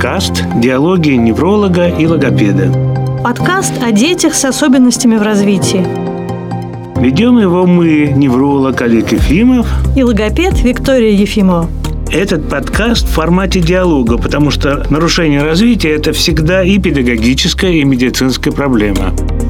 подкаст «Диалоги невролога и логопеда». Подкаст о детях с особенностями в развитии. Ведем его мы, невролог Олег Ефимов и логопед Виктория Ефимова. Этот подкаст в формате диалога, потому что нарушение развития – это всегда и педагогическая, и медицинская проблема.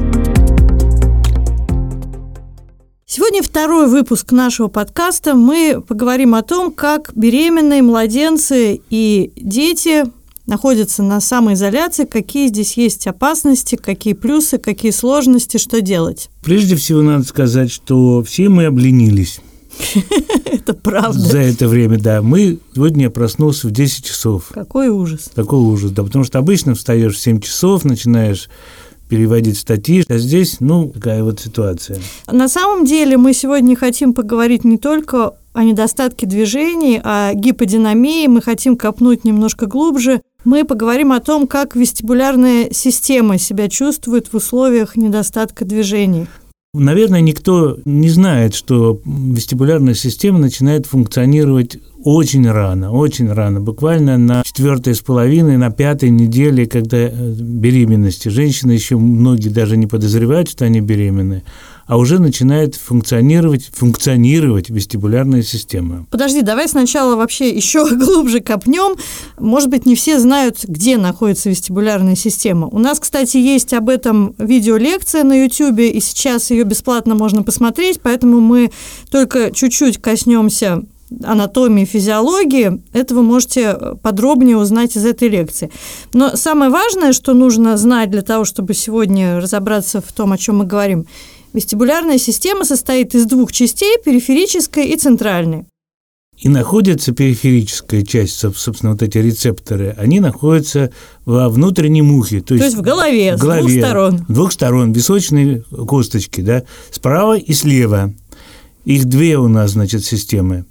Сегодня второй выпуск нашего подкаста. Мы поговорим о том, как беременные, младенцы и дети находятся на самоизоляции, какие здесь есть опасности, какие плюсы, какие сложности, что делать. Прежде всего надо сказать, что все мы обленились. Это правда. За это время, да. Сегодня я проснулся в 10 часов. Какой ужас. Такой ужас, да, потому что обычно встаешь в 7 часов, начинаешь переводить статьи, а здесь, такая вот ситуация. На самом деле мы сегодня хотим поговорить не только о недостатке движений, о гиподинамии, мы хотим копнуть немножко глубже. Мы поговорим о том, как вестибулярная система себя чувствует в условиях недостатка движений. Наверное, никто не знает, что вестибулярная система начинает функционировать очень рано, буквально на 4,5, на 5 неделе, когда беременности. Женщины еще многие даже не подозревают, что они беременны, а уже начинает функционировать вестибулярная система. Подожди, давай сначала вообще еще глубже копнем. Может быть, не все знают, где находится вестибулярная система. У нас, кстати, есть об этом видеолекция на YouTube, и сейчас ее бесплатно можно посмотреть, поэтому мы только чуть-чуть коснемся анатомии, физиологии. Это вы можете подробнее узнать из этой лекции. Но самое важное, что нужно знать для того, чтобы сегодня разобраться в том, о чем мы говорим, вестибулярная система состоит из двух частей, периферической и центральной. И находится периферическая часть, собственно, вот эти рецепторы, они находятся во внутреннем ухе. То есть в голове, с двух сторон, височные косточки, да, справа и слева. Их две у нас, системы.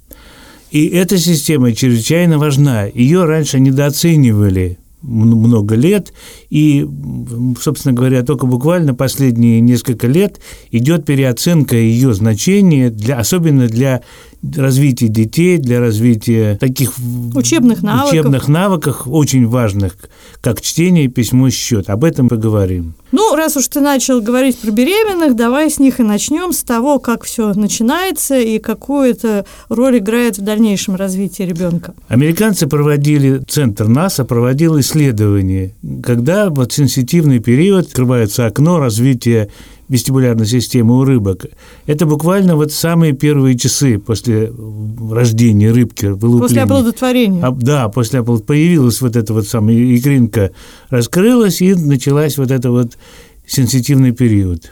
И эта система чрезвычайно важна. Ее раньше недооценивали много лет, и, собственно говоря, только буквально последние несколько лет идет переоценка ее значения, особенно для развития детей, для развития таких учебных навыков, очень важных, как чтение, письмо, счет. Об этом поговорим. Раз уж ты начал говорить про беременных, давай с них и начнем, с того, как все начинается и какую это роль играет в дальнейшем развитии ребенка. Американцы Центр НАСА проводил исследование, когда в сенситивный период открывается окно развития вестибулярной системы у рыбок. Это буквально самые первые часы после рождения рыбки, вылупления. После оплодотворения. Да, появилась эта самая икринка, раскрылась, и началась сенситивный период.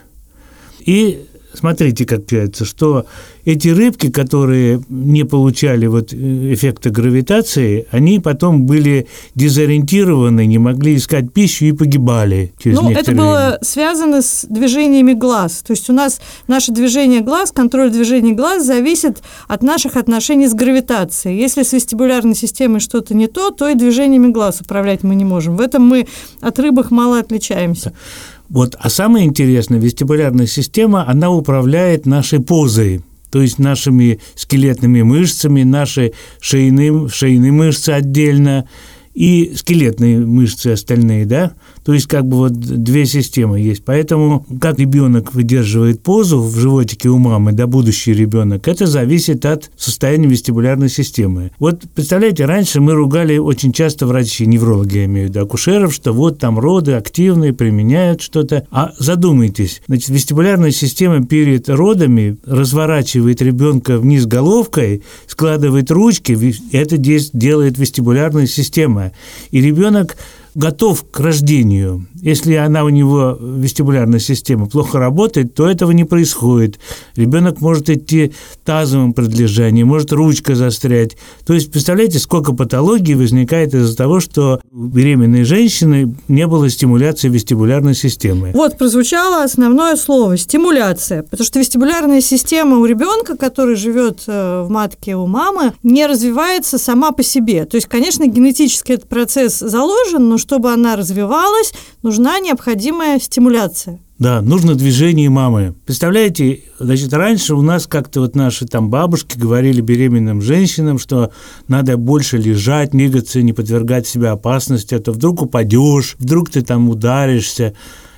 И смотрите, как получается, что эти рыбки, которые не получали эффекта гравитации, они потом были дезориентированы, не могли искать пищу и погибали через некоторое время. Это было связано с движениями глаз. То есть у нас наше движение глаз, контроль движения глаз зависит от наших отношений с гравитацией. Если с вестибулярной системой что-то не то и движениями глаз управлять мы не можем. В этом мы от рыбок мало отличаемся. А самое интересное, вестибулярная система, она управляет нашей позой, то есть нашими скелетными мышцами, наши шейные мышцы отдельно и скелетные мышцы остальные, да? То есть две системы есть. Поэтому как ребенок выдерживает позу в животике у мамы, будущий ребенок, это зависит от состояния вестибулярной системы. Представляете, раньше мы ругали очень часто врачи, неврологи, я имею в виду, акушеров, что там роды активные, применяют что-то. А задумайтесь, вестибулярная система перед родами разворачивает ребенка вниз головкой, складывает ручки, это делает вестибулярная система. И ребенок готов к рождению. Если у него вестибулярная система плохо работает, то этого не происходит. Ребенок может идти тазовым предлежанием, может ручка застрять. То есть, представляете, сколько патологий возникает из-за того, что у беременной женщины не было стимуляции вестибулярной системы. Прозвучало основное слово – стимуляция. Потому что вестибулярная система у ребенка, который живет в матке у мамы, не развивается сама по себе. То есть, конечно, генетически этот процесс заложен, но чтобы она развивалась, нужна необходимая стимуляция. Да, нужно движение мамы. Представляете, значит, раньше у нас как-то вот наши там бабушки говорили беременным женщинам, что надо больше лежать, двигаться, не подвергать себя опасности, а то вдруг упадешь, вдруг ты там ударишься.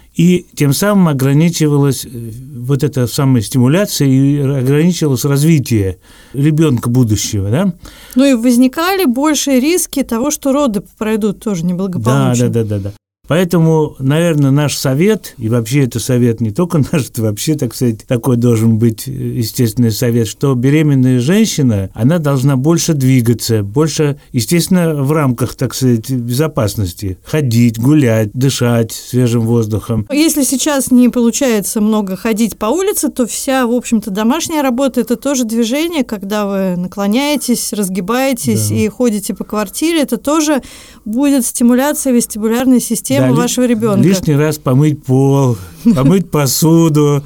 И тем самым ограничивалась вот эта самая стимуляция и ограничивалось развитие ребенка будущего, да? Ну и возникали большие риски того, что роды пройдут тоже неблагополучно. Да. Поэтому, наверное, наш совет, и вообще это совет не только наш, это вообще, так сказать, такой должен быть естественный совет, что беременная женщина, она должна больше двигаться, больше, естественно, в рамках, так сказать, безопасности, ходить, гулять, дышать свежим воздухом. Если сейчас не получается много ходить по улице, то вся, в общем-то, домашняя работа – это тоже движение, когда вы наклоняетесь, разгибаетесь и ходите по квартире, это тоже будет стимуляция вестибулярной системы вашего ребенка. Лишний раз помыть пол, помыть посуду,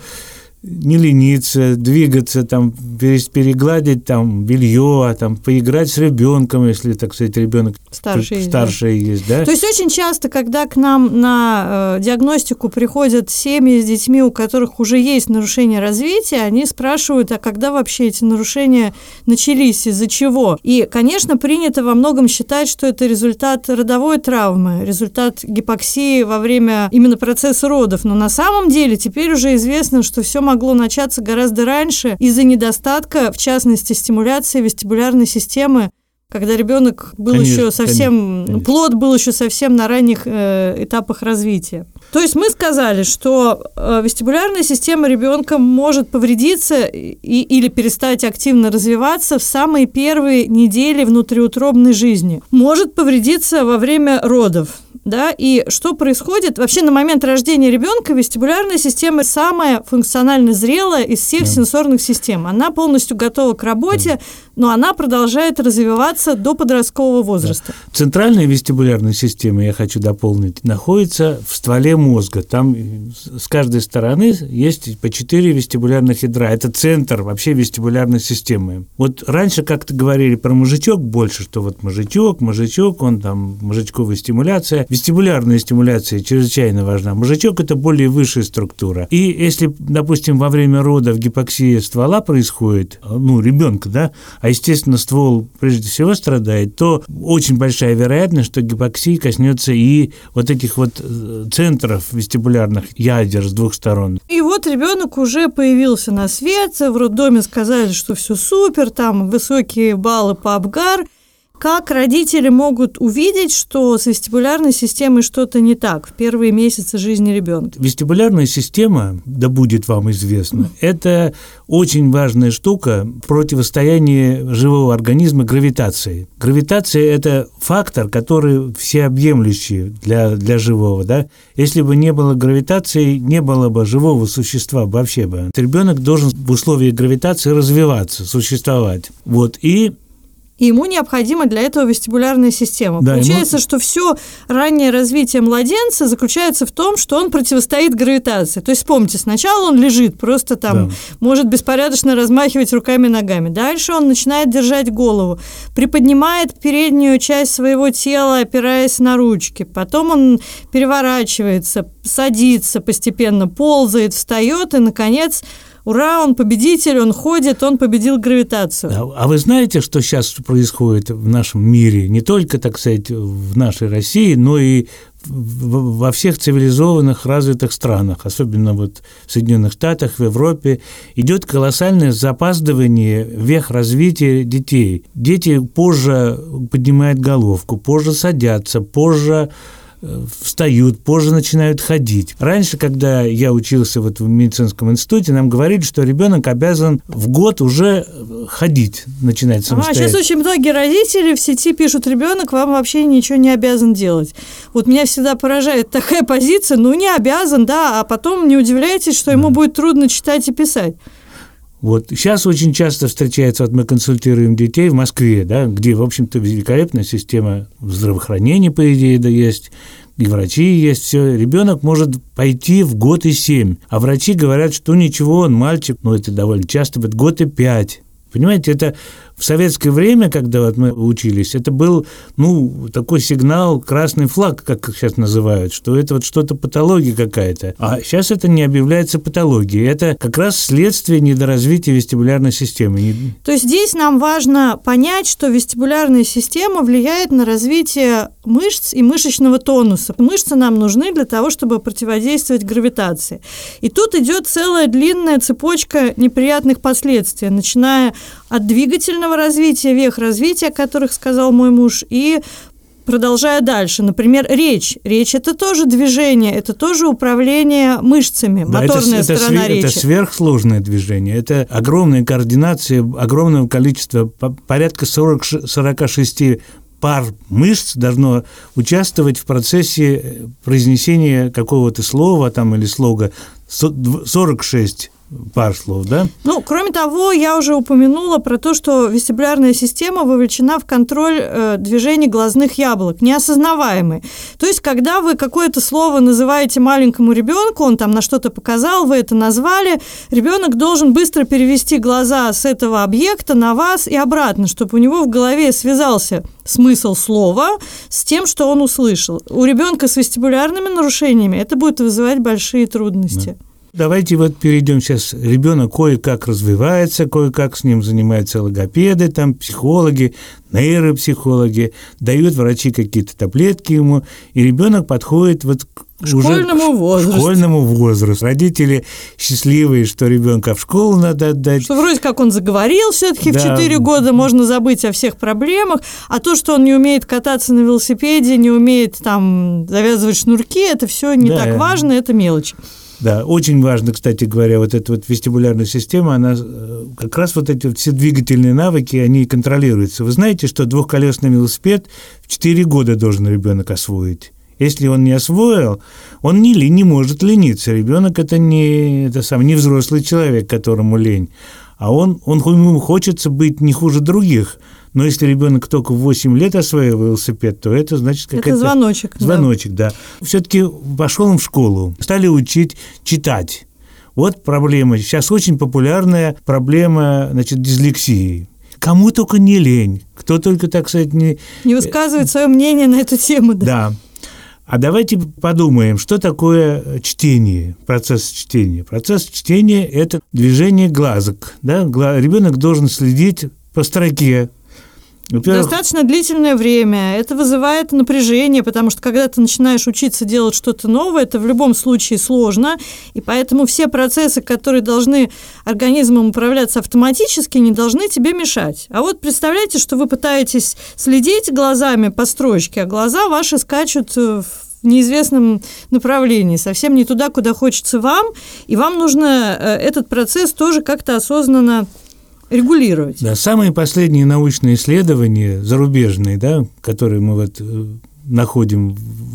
не лениться, двигаться, там, перегладить там, белье, там, поиграть с ребенком, если, так сказать, ребенок старший есть, да? То есть очень часто, когда к нам на диагностику приходят семьи с детьми, у которых уже есть нарушение развития, они спрашивают, а когда вообще эти нарушения начались, из-за чего? И, конечно, принято во многом считать, что это результат родовой травмы, результат гипоксии во время именно процесса родов. Но на самом деле теперь уже известно, что все могло начаться гораздо раньше из-за недостатка, в частности, стимуляции вестибулярной системы, когда ребенок был еще совсем, плод был еще совсем на ранних этапах развития. То есть мы сказали, что вестибулярная система ребенка может повредиться или перестать активно развиваться в самые первые недели внутриутробной жизни. Может повредиться во время родов. Да, и что происходит? Вообще на момент рождения ребенка вестибулярная система самая функционально зрелая из всех сенсорных систем. Она полностью готова к работе, но она продолжает развиваться до подросткового возраста. Центральная вестибулярная система, я хочу дополнить, находится в стволе мозга. Там с каждой стороны есть по 4 вестибулярных ядра. Это центр вообще вестибулярной системы. Вот раньше как-то говорили про мозжечок больше, что вот мозжечок, он там, мозжечковая стимуляция. Вестибулярная стимуляция чрезвычайно важна. Мозжечок – это более высшая структура. И если, допустим, во время родов гипоксия ствола происходит, ребенка, да, а, естественно, ствол прежде всего страдает, то очень большая вероятность, что гипоксия коснется и вот этих вот центров вестибулярных ядер с двух сторон. И вот ребенок уже появился на свет, в роддоме сказали, что все супер, там высокие баллы по Апгар. Как родители могут увидеть, что с вестибулярной системой что-то не так в первые месяцы жизни ребенка? Вестибулярная система, да будет вам известно, это очень важная штука в противостоянии живого организма гравитации. Гравитация – это фактор, который всеобъемлющий для живого. Да? Если бы не было гравитации, не было бы живого существа вообще бы. Ребенок должен в условиях гравитации развиваться, существовать. И ему необходима для этого вестибулярная система. Да, получается, что все раннее развитие младенца заключается в том, что он противостоит гравитации. То есть, вспомните, сначала он лежит, просто там может беспорядочно размахивать руками и ногами. Дальше он начинает держать голову, приподнимает переднюю часть своего тела, опираясь на ручки. Потом он переворачивается, садится постепенно, ползает, встает и, наконец, ура, он победитель, он ходит, он победил гравитацию. А вы знаете, что сейчас происходит в нашем мире? Не только, так сказать, в нашей России, но и во всех цивилизованных, развитых странах, особенно вот в Соединенных Штатах, в Европе, идет колоссальное запаздывание вех развития детей. Дети позже поднимают головку, позже садятся, позже встают, позже начинают ходить. Раньше, когда я учился в медицинском институте, нам говорили, что ребенок обязан в год уже ходить, начинать самостоятельно. Сейчас очень многие родители в сети пишут: ребенок вам вообще ничего не обязан делать. Вот меня всегда поражает такая позиция: не обязан, да, а потом не удивляйтесь, что ему будет трудно читать и писать. Вот сейчас очень часто встречается, мы консультируем детей в Москве, да, где, в общем-то, великолепная система здравоохранения, по идее, да, есть, и врачи есть, все. Ребенок может пойти в год и 7, а врачи говорят, что ничего, он мальчик, это довольно часто, год и 5. Понимаете, это В советское время, когда вот мы учились, это был, такой сигнал, красный флаг, как сейчас называют, что это вот что-то патология какая-то. А сейчас это не объявляется патологией. Это как раз следствие недоразвития вестибулярной системы. То есть здесь нам важно понять, что вестибулярная система влияет на развитие мышц и мышечного тонуса. Мышцы нам нужны для того, чтобы противодействовать гравитации. И тут идет целая длинная цепочка неприятных последствий, начиная от двигательного развития, вех развития, о которых сказал мой муж, и продолжая дальше. Например, речь. Речь – это тоже движение, это тоже управление мышцами, да, моторная сторона речи. Это сверхсложное движение, это огромная координация огромного количества, порядка 46 пар мышц должно участвовать в процессе произнесения какого-то слова или слога. 46 пар слов, да? Кроме того, я уже упомянула про то, что вестибулярная система вовлечена в контроль движений глазных яблок, неосознаваемый. То есть, когда вы какое-то слово называете маленькому ребенку, он там на что-то показал, вы это назвали, ребенок должен быстро перевести глаза с этого объекта на вас и обратно, чтобы у него в голове связался смысл слова с тем, что он услышал. У ребенка с вестибулярными нарушениями это будет вызывать большие трудности. Да. Давайте перейдем сейчас. Ребенок кое-как развивается, кое-как с ним занимаются логопеды, психологи, нейропсихологи, дают врачи какие-то таблетки ему, и ребенок подходит к школьному возрасту. Родители счастливые, что ребенка в школу надо отдать. Что вроде как он заговорил все-таки, да. В 4 года можно забыть о всех проблемах, а то, что он не умеет кататься на велосипеде, не умеет завязывать шнурки, это все не так важно, это мелочи. Да, очень важно, кстати говоря, эта вестибулярная система, она как раз эти все двигательные навыки, они контролируются. Вы знаете, что двухколесный велосипед в 4 года должен ребенок освоить. Если он не освоил, он не может лениться. Ребенок это не взрослый человек, которому лень, а ему хочется быть не хуже других. Но если ребенок только в 8 лет освоил велосипед, то это значит какая-то... Это звоночек. Звоночек, да. Все-таки пошел он в школу, стали учить читать. Вот проблема. Сейчас очень популярная проблема, дислексии. Кому только не лень, кто только, так сказать, не высказывает свое мнение на эту тему. Да. А давайте подумаем, что такое чтение, процесс чтения. Процесс чтения – это движение глазок. Да? Ребенок должен следить по строке. Достаточно длительное время. Это вызывает напряжение, потому что когда ты начинаешь учиться делать что-то новое, это в любом случае сложно, и поэтому все процессы, которые должны организмом управляться автоматически, не должны тебе мешать. А представляете, что вы пытаетесь следить глазами по строчке, а глаза ваши скачут в неизвестном направлении, совсем не туда, куда хочется вам, и вам нужно этот процесс тоже как-то осознанно регулировать. Да, самые последние научные исследования, зарубежные, которые мы находим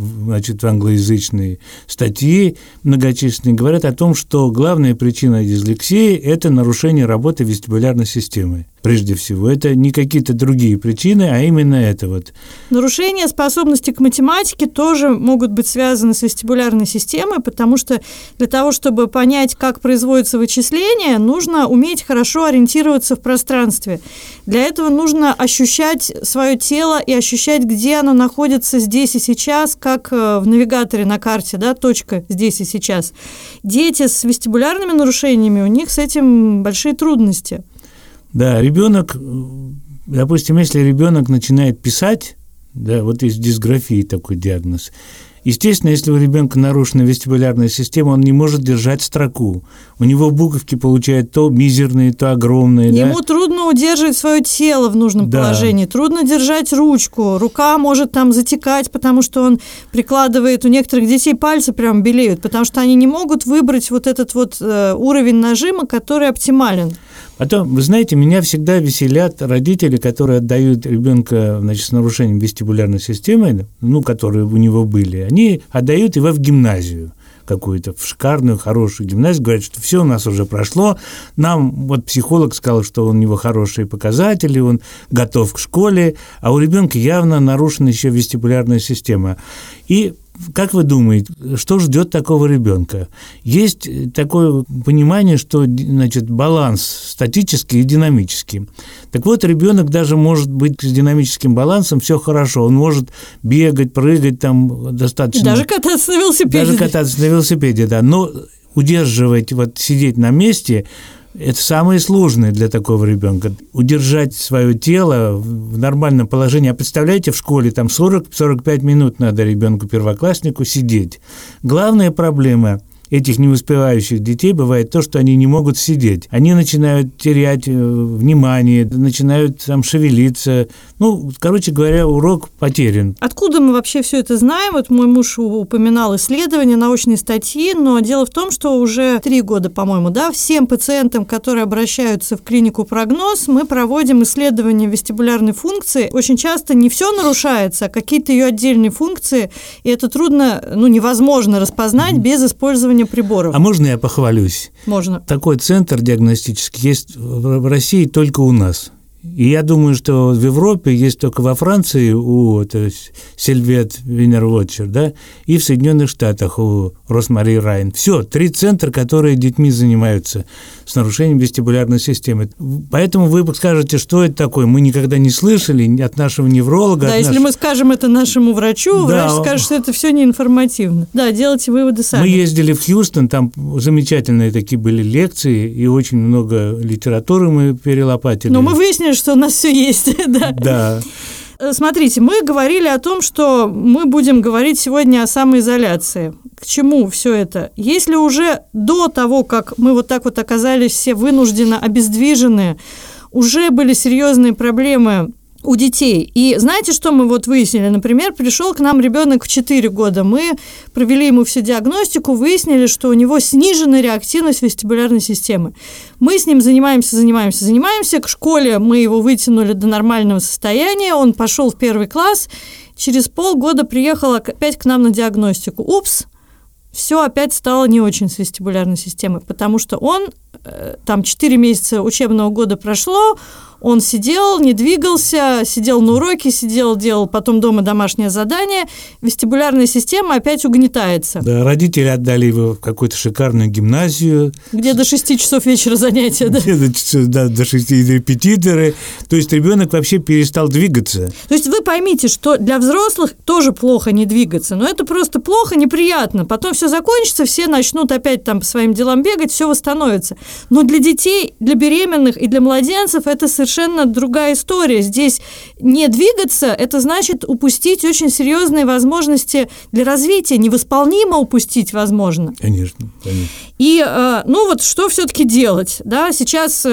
в англоязычной статьи многочисленные, говорят о том, что главная причина дислексии – это нарушение работы вестибулярной системы. Прежде всего, это не какие-то другие причины, а именно это Нарушение способности к математике тоже могут быть связаны с вестибулярной системой, потому что для того, чтобы понять, как производится вычисление, нужно уметь хорошо ориентироваться в пространстве. Для этого нужно ощущать свое тело и ощущать, где оно находится здесь и сейчас, как в навигаторе на карте, точка здесь и сейчас. Дети с вестибулярными нарушениями, у них с этим большие трудности. Да, ребенок, допустим, если ребенок начинает писать, есть дисграфия такой диагноз. Естественно, если у ребенка нарушена вестибулярная система, он не может держать строку. У него буковки получают то мизерные, то огромные. Ему трудно удерживать свое тело в нужном положении, трудно держать ручку, рука может затекать, потому что он прикладывает, у некоторых детей пальцы прям белеют, потому что они не могут выбрать этот уровень нажима, который оптимален. Потом, вы знаете, меня всегда веселят родители, которые отдают ребенка с нарушением вестибулярной системы, которые у него были, они отдают его в гимназию какую-то, в шикарную, хорошую гимназию, говорят, что все у нас уже прошло, нам психолог сказал, что у него хорошие показатели, он готов к школе, а у ребенка явно нарушена еще вестибулярная система. И как вы думаете, что ждет такого ребенка? Есть такое понимание, что, значит, баланс статический и динамический. Так вот, ребенок даже может быть с динамическим балансом, все хорошо, он может бегать, прыгать там достаточно. И даже кататься на велосипеде. Даже кататься на велосипеде, да. Но удерживать, вот сидеть на месте – это самое сложное для такого ребенка. Удержать свое тело в нормальном положении. А представляете, в школе там 40-45 минут надо ребенку-первокласснику сидеть. Главная проблема этих невоспевающих детей бывает то, что они не могут сидеть. Они начинают терять внимание, начинают там шевелиться. Ну, короче говоря, урок потерян. Откуда мы вообще все это знаем? Вот мой муж упоминал исследования, научные статьи, но дело в том, что уже 3 года, по-моему, да, всем пациентам, которые обращаются в клинику «Прогноз», мы проводим исследования вестибулярной функции. Очень часто не все нарушается, а какие-то ее отдельные функции, и это трудно, невозможно распознать без использования приборов. А можно я похвалюсь? Можно. Такой центр диагностический есть в России только у нас. И я думаю, что в Европе есть только во Франции у Сильвет Винер-Вотчер, да, и в Соединенных Штатах у Росмари Райн. Все, 3 центра, которые детьми занимаются с нарушением вестибулярной системы. Поэтому вы скажете, что это такое. Мы никогда не слышали от нашего невролога. Да, если мы скажем это нашему врачу, да, врач скажет, что это все неинформативно. Да, делайте выводы сами. Мы ездили в Хьюстон, там замечательные такие были лекции, и очень много литературы мы перелопатили. Но мы выяснили, что у нас все есть. Да. Смотрите, мы говорили о том, что мы будем говорить сегодня о самоизоляции. К чему все это? Если уже до того, как мы вот так вот оказались все вынужденно обездвижены, уже были серьезные проблемы у детей. И знаете, что мы вот выяснили? Например, пришел к нам ребенок в 4 года. Мы провели ему всю диагностику, выяснили, что у него сниженная реактивность вестибулярной системы. Мы с ним занимаемся. К школе мы его вытянули до нормального состояния, он пошел в 1 класс, через полгода приехал опять к нам на диагностику. Упс, все опять стало не очень с вестибулярной системой, потому что он, там 4 месяца учебного года прошло, он сидел, не двигался, сидел на уроке, делал потом дома домашнее задание, вестибулярная система опять угнетается. Да, родители отдали его в какую-то шикарную гимназию. Где до 6 часов вечера занятия, да? До 6 репетиторы. То есть ребенок вообще перестал двигаться. То есть вы поймите, что для взрослых тоже плохо не двигаться, но это просто плохо, неприятно. Потом все закончится, все начнут опять там по своим делам бегать, все восстановится. Но для детей, для беременных и для младенцев это совершенно другая история. Здесь не двигаться – это значит упустить очень серьезные возможности для развития, невосполнимо упустить возможно. Конечно. И, вот что все-таки делать? Да, сейчас…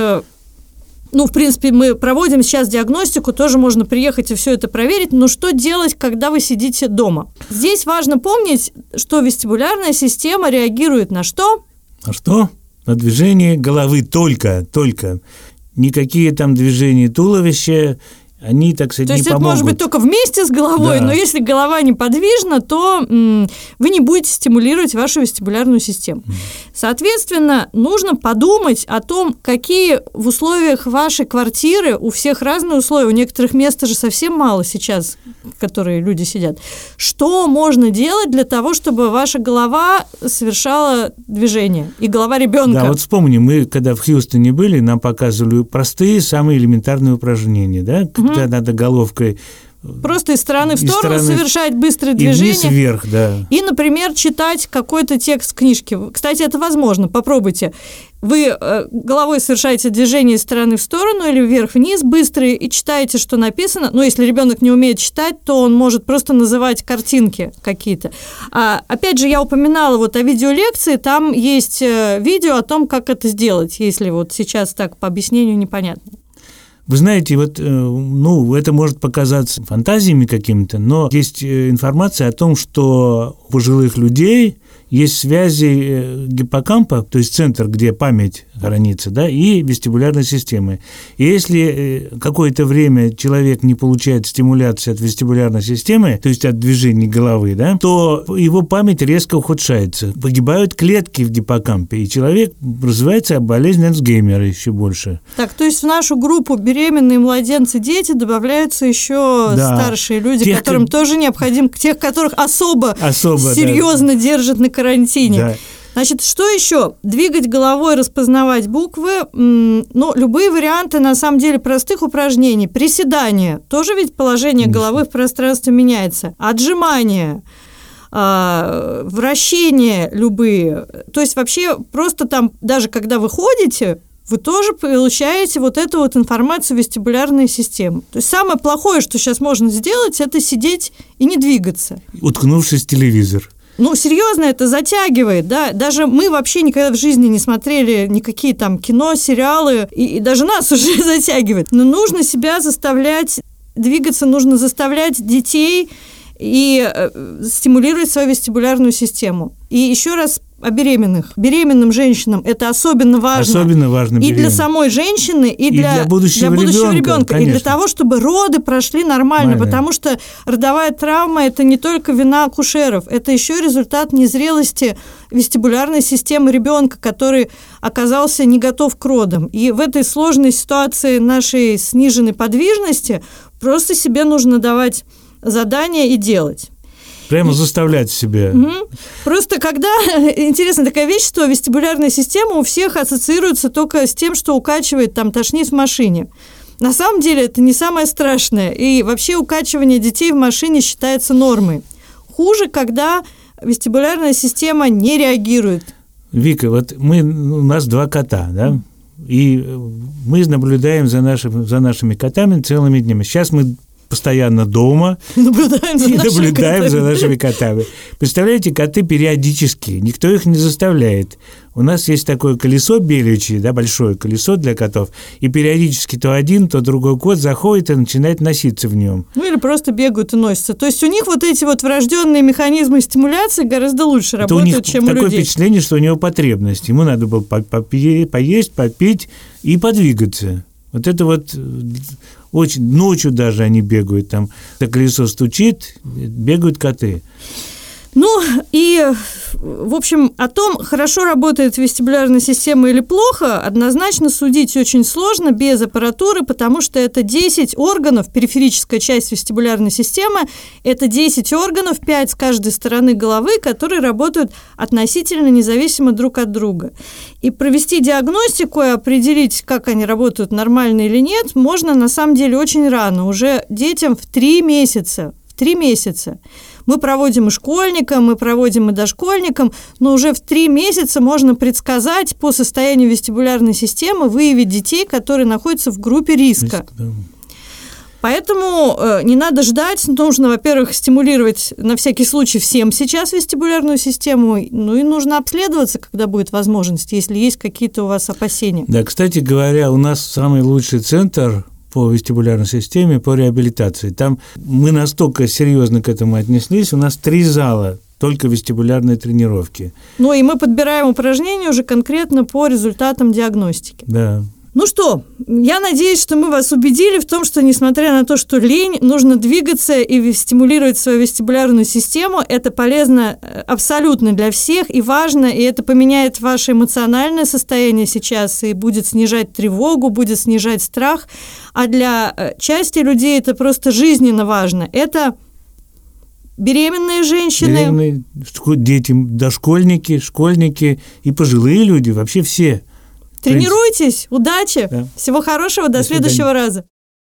в принципе, мы проводим сейчас диагностику, тоже можно приехать и все это проверить, но что делать, когда вы сидите дома? Здесь важно помнить, что вестибулярная система реагирует на что? На что? На движение головы только. Никакие там движения туловища, они, так сказать, не помогут. То есть это может быть только вместе с головой, да. Но если голова неподвижна, то вы не будете стимулировать вашу вестибулярную систему. Соответственно, нужно подумать о том, какие в условиях вашей квартиры, у всех разные условия, у некоторых места же совсем мало сейчас, в которые люди сидят. Что можно делать для того, чтобы ваша голова совершала движение, и голова ребенка? Да, вот вспомни, мы когда в Хьюстоне были, нам показывали простые, самые элементарные упражнения, да, когда надо головкой просто из стороны в сторону совершать быстрые движения. И вниз вверх, да. И, например, читать какой-то текст книжки. Кстати, это возможно, попробуйте. Вы головой совершаете движение из стороны в сторону или вверх-вниз быстрые и читаете, что написано. Если ребенок не умеет читать, то он может просто называть картинки какие-то. Опять же, я упоминала о видеолекции, там есть видео о том, как это сделать, если сейчас так по объяснению непонятно. Вы знаете, это может показаться фантазиями какими-то, но есть информация о том, что у пожилых людей есть связи гиппокампа, то есть центр, где память граница, да, и вестибулярной системы. И если какое-то время человек не получает стимуляции от вестибулярной системы, то есть от движений головы, да, то его память резко ухудшается. Погибают клетки в гиппокампе, и человек развивается болезнь Альцгеймера еще больше. Так, то есть в нашу группу беременные, младенцы, дети добавляются еще старшие люди, которым тоже необходим, тех, которых особо серьезно держат на карантине. Да. Значит, что еще? Двигать головой, распознавать буквы. Ну, любые варианты, на самом деле, простых упражнений. Приседания. Тоже ведь положение головы в пространстве меняется. Отжимания. Вращения любые. То есть вообще просто там, даже когда вы ходите, вы тоже получаете вот эту вот информацию вестибулярной системы. То есть самое плохое, что сейчас можно сделать, это сидеть и не двигаться. Уткнувшись в телевизор. Ну, серьезно, это затягивает, да. Даже мы вообще никогда в жизни не смотрели никакие там кино, сериалы, и даже нас уже затягивает. Но нужно себя заставлять двигаться, нужно заставлять детей и стимулировать свою вестибулярную систему. И еще раз о беременных. Беременным женщинам это особенно важно. Особенно важно и для самой женщины, и для будущего ребенка. И для того, чтобы роды прошли нормально. Потому что родовая травма – это не только вина акушеров, это еще результат незрелости вестибулярной системы ребенка, который оказался не готов к родам. И в этой сложной ситуации нашей сниженной подвижности просто себе нужно давать задания и делать. Прямо заставлять себя. Просто когда, интересная такая вещь, что вестибулярная система у всех ассоциируется только с тем, что укачивает, там, тошнит в машине. На самом деле это не самое страшное. И вообще укачивание детей в машине считается нормой. Хуже, когда вестибулярная система не реагирует. Вика, вот у нас 2 кота, да? И мы наблюдаем за нашими котами целыми днями. Сейчас мы постоянно дома и наблюдаем за нашими котами. Представляете, коты периодически, никто их не заставляет. У нас есть такое колесо беличье, да, большое колесо для котов, и периодически то один, то другой кот заходит и начинает носиться в нем. Ну или просто бегают и носятся. То есть у них вот эти вот врожденные механизмы стимуляции гораздо лучше работают, чем у людей. Такое впечатление, что у него потребность. Ему надо было поесть, попить и подвигаться. Вот это вот очень ночью даже они бегают, там колесо стучит, бегают коты. Ну, и, в общем, о том, хорошо работает вестибулярная система или плохо, однозначно судить очень сложно без аппаратуры, потому что это 10 органов, периферическая часть вестибулярной системы, это 10 органов, 5 с каждой стороны головы, которые работают относительно независимо друг от друга. И провести диагностику и определить, как они работают, нормально или нет, можно на самом деле очень рано, уже детям в 3 месяца. В 3 месяца. Мы проводим и школьникам, мы проводим и дошкольникам, но уже в 3 месяца можно предсказать по состоянию вестибулярной системы, выявить детей, которые находятся в группе риска. Поэтому не надо ждать, нужно, во-первых, стимулировать на всякий случай всем сейчас вестибулярную систему, ну и нужно обследоваться, когда будет возможность, если есть какие-то у вас опасения. Да, кстати говоря, у нас самый лучший центр по вестибулярной системе, по реабилитации. Там мы настолько серьезно к этому отнеслись, у нас 3 зала только вестибулярной тренировки. Ну и мы подбираем упражнения уже конкретно по результатам диагностики. Да. Ну что, я надеюсь, что мы вас убедили в том, что, несмотря на то, что лень, нужно двигаться и стимулировать свою вестибулярную систему. Это полезно абсолютно для всех и важно, и это поменяет ваше эмоциональное состояние сейчас и будет снижать тревогу, будет снижать страх. А для части людей это просто жизненно важно. Это беременные женщины. Беременные, дети, дошкольники, школьники и пожилые люди, вообще все. Тренируйтесь, удачи, да. Всего хорошего, до следующего раза.